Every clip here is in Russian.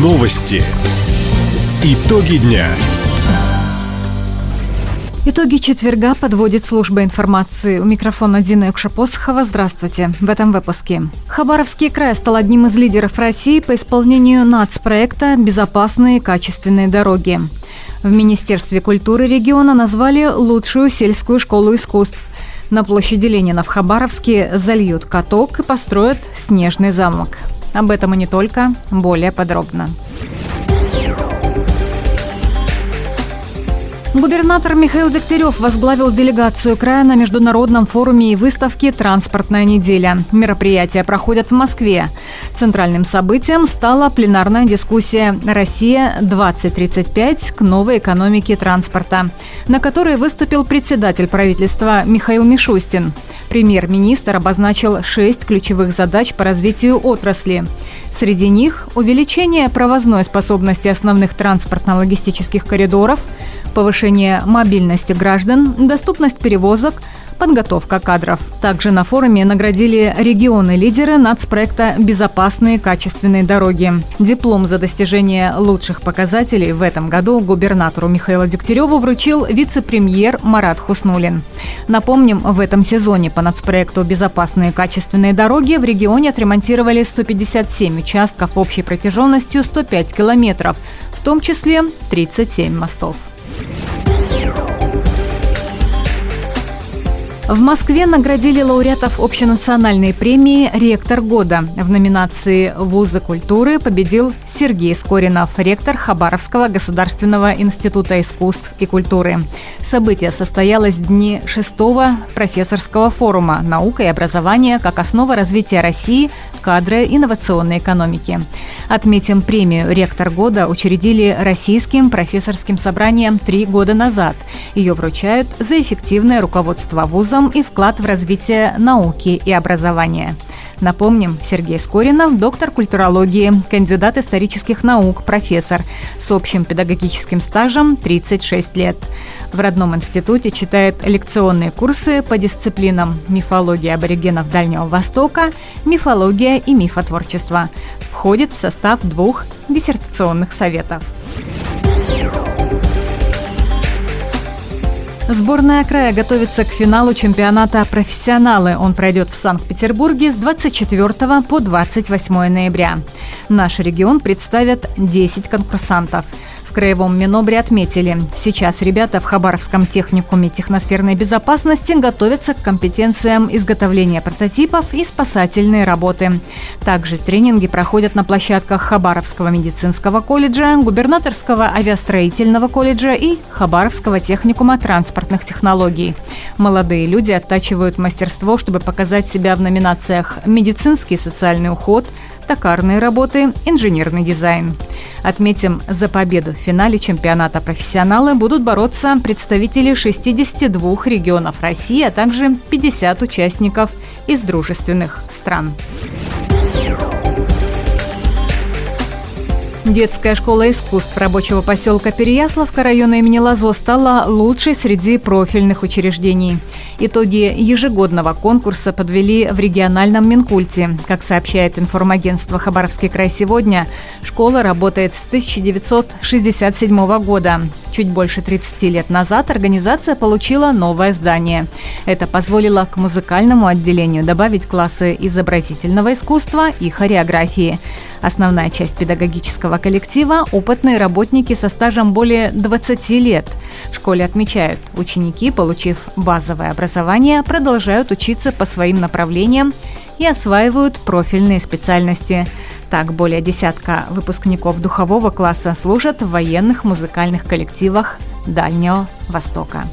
Новости. Итоги дня. Итоги четверга подводит служба информации. У микрофона Дина Юкша-Посохова. Здравствуйте. В этом выпуске. Хабаровский край стал одним из лидеров России по исполнению нацпроекта «Безопасные и качественные дороги». В Министерстве культуры региона назвали лучшую сельскую школу искусств. На площади Ленина в Хабаровске зальют каток и построят снежный замок. Об этом и не только, более подробно. Губернатор Михаил Дегтярев возглавил делегацию края на международном форуме и выставке «Транспортная неделя». Мероприятия проходят в Москве. Центральным событием стала пленарная дискуссия «Россия-2035 к новой экономике транспорта», на которой выступил председатель правительства Михаил Мишустин. Премьер-министр обозначил 6 ключевых задач по развитию отрасли. Среди них – увеличение провозной способности основных транспортно-логистических коридоров, повышение мобильности граждан, доступность перевозок, подготовка кадров. Также на форуме наградили регионы-лидеры нацпроекта «Безопасные качественные дороги». Диплом за достижение лучших показателей в этом году губернатору Михаилу Дегтяреву вручил вице-премьер Марат Хуснуллин. Напомним, в этом сезоне по нацпроекту «Безопасные качественные дороги» в регионе отремонтировали 157 участков общей протяженностью 105 километров, в том числе 37 мостов. В Москве наградили лауреатов общенациональной премии «Ректор года». В номинации «Вузы культуры» победил Сергей Скоринов, ректор Хабаровского государственного института искусств и культуры. Событие состоялось в дни 6-го профессорского форума «Наука и образование как основа развития России. Кадры инновационной экономики». Отметим, премию «Ректор года» учредили Российским профессорским собранием 3 года назад. Ее вручают за эффективное руководство вузом и вклад в развитие науки и образования. Напомним, Сергей Скоринов – доктор культурологии, кандидат исторических наук, профессор с общим педагогическим стажем 36 лет. В родном институте читает лекционные курсы по дисциплинам мифология аборигенов Дальнего Востока, мифология и мифотворчество. Входит в состав 2 диссертационных советов. Сборная края готовится к финалу чемпионата «Профессионалы». Он пройдет в Санкт-Петербурге с 24 по 28 ноября. Наш регион представят 10 конкурсантов. В Краевом Минобре отметили, сейчас ребята в Хабаровском техникуме техносферной безопасности готовятся к компетенциям изготовления прототипов и спасательной работы. Также тренинги проходят на площадках Хабаровского медицинского колледжа, Губернаторского авиастроительного колледжа и Хабаровского техникума транспортных технологий. Молодые люди оттачивают мастерство, чтобы показать себя в номинациях «Медицинский и социальный уход», «Токарные работы», «Инженерный дизайн». Отметим, за победу в финале чемпионата «Профессионалы» будут бороться представители 62 регионов России, а также 50 участников из дружественных стран. Детская школа искусств рабочего поселка Переяславка района имени Лазо стала лучшей среди профильных учреждений. Итоги ежегодного конкурса подвели в региональном Минкульте. Как сообщает информагентство «Хабаровский край сегодня», школа работает с 1967 года. Чуть больше 30 лет назад организация получила новое здание. Это позволило к музыкальному отделению добавить классы изобразительного искусства и хореографии. Основная часть педагогического коллектива – опытные работники со стажем более 20 лет. В школе отмечают, ученики, получив базовое образование, продолжают учиться по своим направлениям и осваивают профильные специальности. Так, более десятка выпускников духового класса служат в военных музыкальных коллективах Дальнего Востока.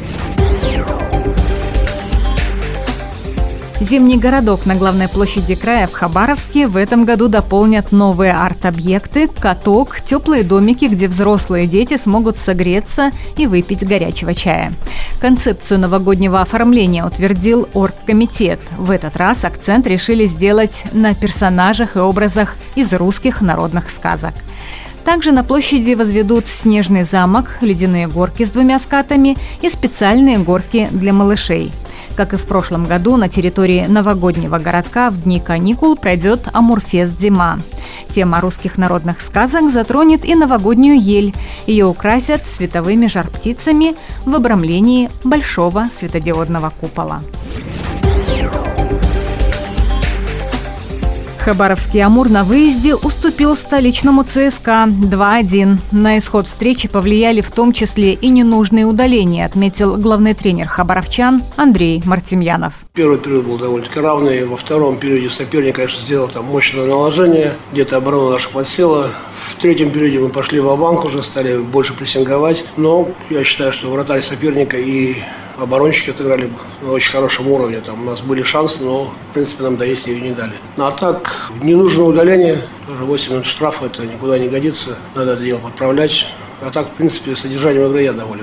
Зимний городок на главной площади края в Хабаровске в этом году дополнят новые арт-объекты, каток, теплые домики, где взрослые и дети смогут согреться и выпить горячего чая. Концепцию новогоднего оформления утвердил оргкомитет. В этот раз акцент решили сделать на персонажах и образах из русских народных сказок. Также на площади возведут снежный замок, ледяные горки с 2 скатами и специальные горки для малышей. Как и в прошлом году, на территории новогоднего городка в дни каникул пройдет Амурфест «Зима». Тема русских народных сказок затронет и новогоднюю ель. Ее украсят световыми жар-птицами в обрамлении большого светодиодного купола. Хабаровский «Амур» на выезде уступил столичному ЦСКА 2-1. На исход встречи повлияли в том числе и ненужные удаления, отметил главный тренер хабаровчан Андрей Мартемьянов. Первый период был довольно-таки равный. Во втором периоде соперник, конечно, сделал там мощное наложение. Где-то оборона наша подсела. В третьем периоде мы пошли ва-банк, уже стали больше прессинговать. Но я считаю, что вратарь соперника и оборонщики отыграли на очень хорошем уровне. Там у нас были шансы, но, в принципе, нам доесть ее не дали. Ну, а так, ненужное удаление, тоже 8 минут штрафа, это никуда не годится. Надо это дело подправлять. А так, в принципе, содержанием игры я доволен.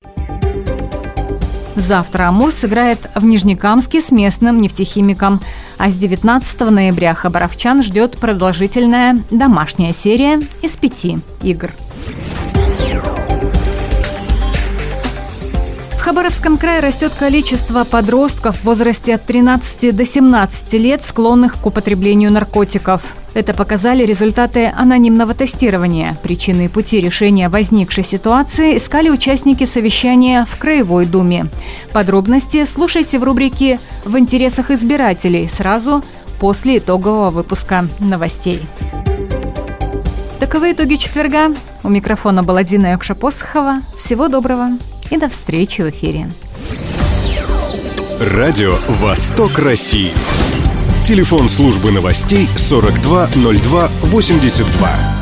Завтра «Амур» сыграет в Нижнекамске с местным нефтехимиком. А с 19 ноября хабаровчан ждет продолжительная домашняя серия из 5 игр. В Хабаровском крае растет количество подростков в возрасте от 13 до 17 лет, склонных к употреблению наркотиков. Это показали результаты анонимного тестирования. Причины и пути решения возникшей ситуации искали участники совещания в Краевой Думе. Подробности слушайте в рубрике «В интересах избирателей» сразу после итогового выпуска новостей. Таковы итоги четверга. У микрофона была Дина Якша-Посохова. Всего доброго и до встречи в эфире. Радио «Восток России». Телефон службы новостей 420282.